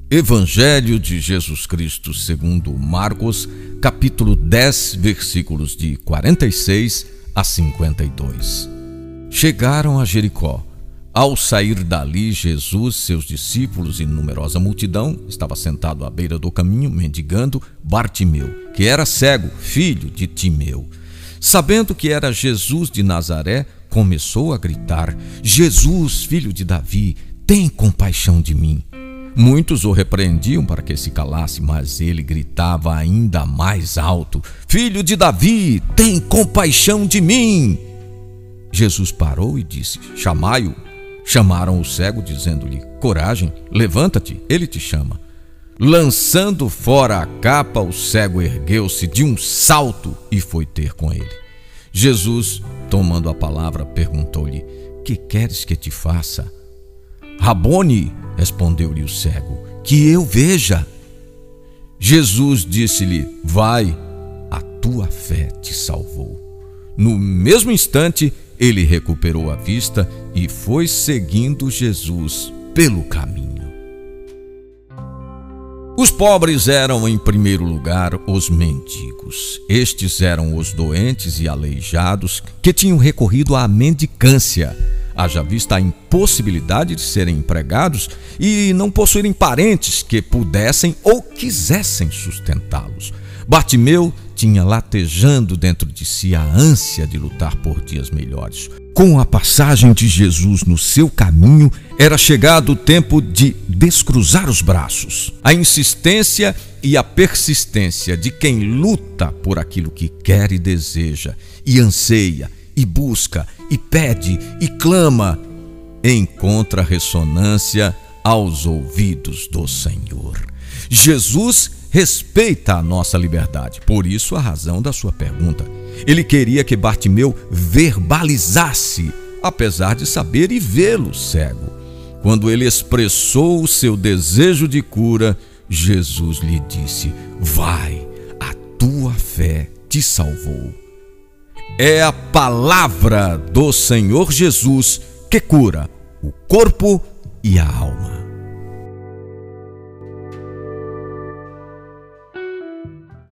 Evangelho de Jesus Cristo segundo Marcos, capítulo 10, versículos de 46 a 52. Chegaram a Jericó. Ao sair dali, Jesus, seus discípulos e numerosa multidão, estava sentado à beira do caminho, mendigando Bartimeu, que era cego, filho de Timeu. Sabendo que era Jesus de Nazaré, começou a gritar: Jesus, filho de Davi, tem compaixão de mim. Muitos o repreendiam para que se calasse, mas ele gritava ainda mais alto: Filho de Davi, tem compaixão de mim. Jesus parou e disse: Chamai-o. Chamaram o cego, dizendo-lhe: Coragem, levanta-te, ele te chama. Lançando fora a capa, o cego ergueu-se de um salto e foi ter com ele. Jesus, tomando a palavra, perguntou-lhe: Que queres que te faça? Rabone, respondeu-lhe o cego, que eu veja. Jesus disse-lhe: Vai, a tua fé te salvou. No mesmo instante, ele recuperou a vista e foi seguindo Jesus pelo caminho. Os pobres eram, em primeiro lugar, os mendigos. Estes eram os doentes e aleijados que tinham recorrido à mendicância, haja vista a impossibilidade de serem empregados e não possuírem parentes que pudessem ou quisessem sustentá-los. Bartimeu tinha latejando dentro de si a ânsia de lutar por dias melhores. Com a passagem de Jesus no seu caminho, era chegado o tempo de descruzar os braços. A insistência e a persistência de quem luta por aquilo que quer e deseja, e anseia, e busca, e pede, e clama, encontra ressonância aos ouvidos do Senhor. Jesus respeita a nossa liberdade, por isso a razão da sua pergunta. Ele queria que Bartimeu verbalizasse, apesar de saber e vê-lo cego. Quando ele expressou o seu desejo de cura, Jesus lhe disse: Vai, a tua fé te salvou. É a palavra do Senhor Jesus que cura o corpo e a alma.